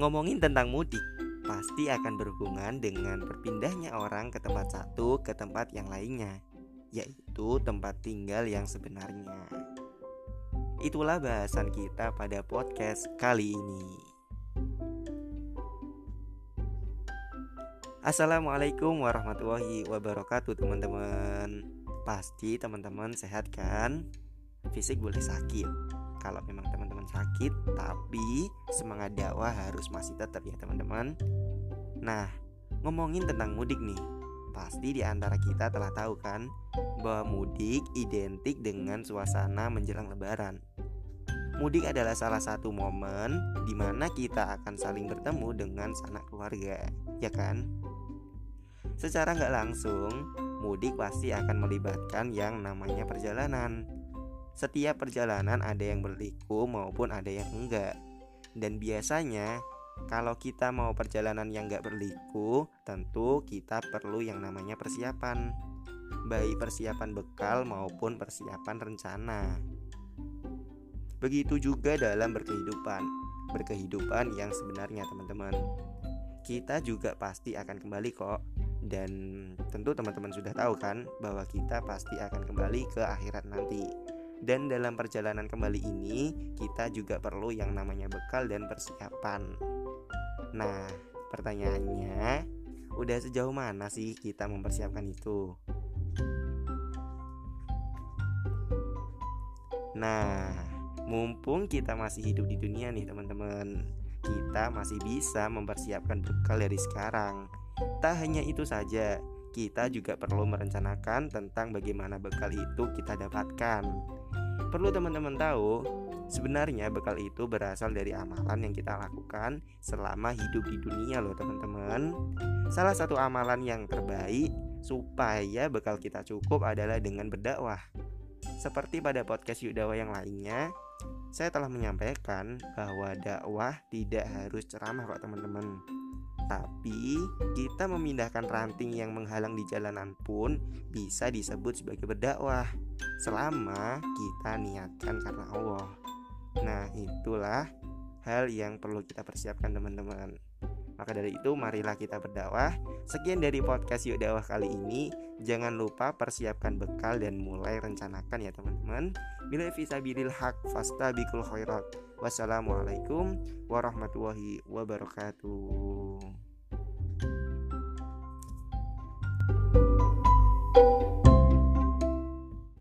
Ngomongin tentang mudik, pasti akan berhubungan dengan berpindahnya orang ke tempat satu ke tempat yang lainnya, yaitu tempat tinggal yang sebenarnya. Itulah bahasan kita pada podcast kali ini. Assalamualaikum warahmatullahi wabarakatuh teman-teman. Pasti teman-teman sehat kan? Fisik boleh sakit kalau memang teman-teman sakit, tapi semangat dakwah harus masih tetap ya teman-teman. Nah, ngomongin tentang mudik nih, pasti di antara kita telah tahu kan bahwa mudik identik dengan suasana menjelang lebaran. Mudik adalah salah satu momen di mana kita akan saling bertemu dengan sanak keluarga, ya kan? Secara nggak langsung, mudik pasti akan melibatkan yang namanya perjalanan. Setiap perjalanan ada yang berliku maupun ada yang enggak. Dan biasanya kalau kita mau perjalanan yang enggak berliku, tentu kita perlu yang namanya persiapan, baik persiapan bekal maupun persiapan rencana. Begitu juga dalam berkehidupan yang sebenarnya teman-teman. Kita juga pasti akan kembali kok. Dan tentu teman-teman sudah tahu kan bahwa kita pasti akan kembali ke akhirat nanti. Dan dalam perjalanan kembali ini kita juga perlu yang namanya bekal dan persiapan. Nah, pertanyaannya, udah sejauh mana sih kita mempersiapkan itu? Nah, mumpung kita masih hidup di dunia nih teman-teman, kita masih bisa mempersiapkan bekal dari sekarang. Tak hanya itu saja, kita juga perlu merencanakan tentang bagaimana bekal itu kita dapatkan. Perlu teman-teman tahu, sebenarnya bekal itu berasal dari amalan yang kita lakukan selama hidup di dunia loh teman-teman. Salah satu amalan yang terbaik supaya bekal kita cukup adalah dengan berdakwah. Seperti pada podcast Yuk Dakwah yang lainnya, saya telah menyampaikan bahwa dakwah tidak harus ceramah kok teman-teman. Tapi kita memindahkan ranting yang menghalang di jalanan pun bisa disebut sebagai berdakwah, selama kita niatkan karena Allah. Nah, itulah hal yang perlu kita persiapkan teman-teman. Maka dari itu marilah kita berdakwah. Sekian dari podcast Yuk Dakwah kali ini. Jangan lupa persiapkan bekal dan mulai rencanakan ya teman-teman. Bila fisabilil haq fastabiqul khairat. Wassalamualaikum warahmatullahi wabarakatuh.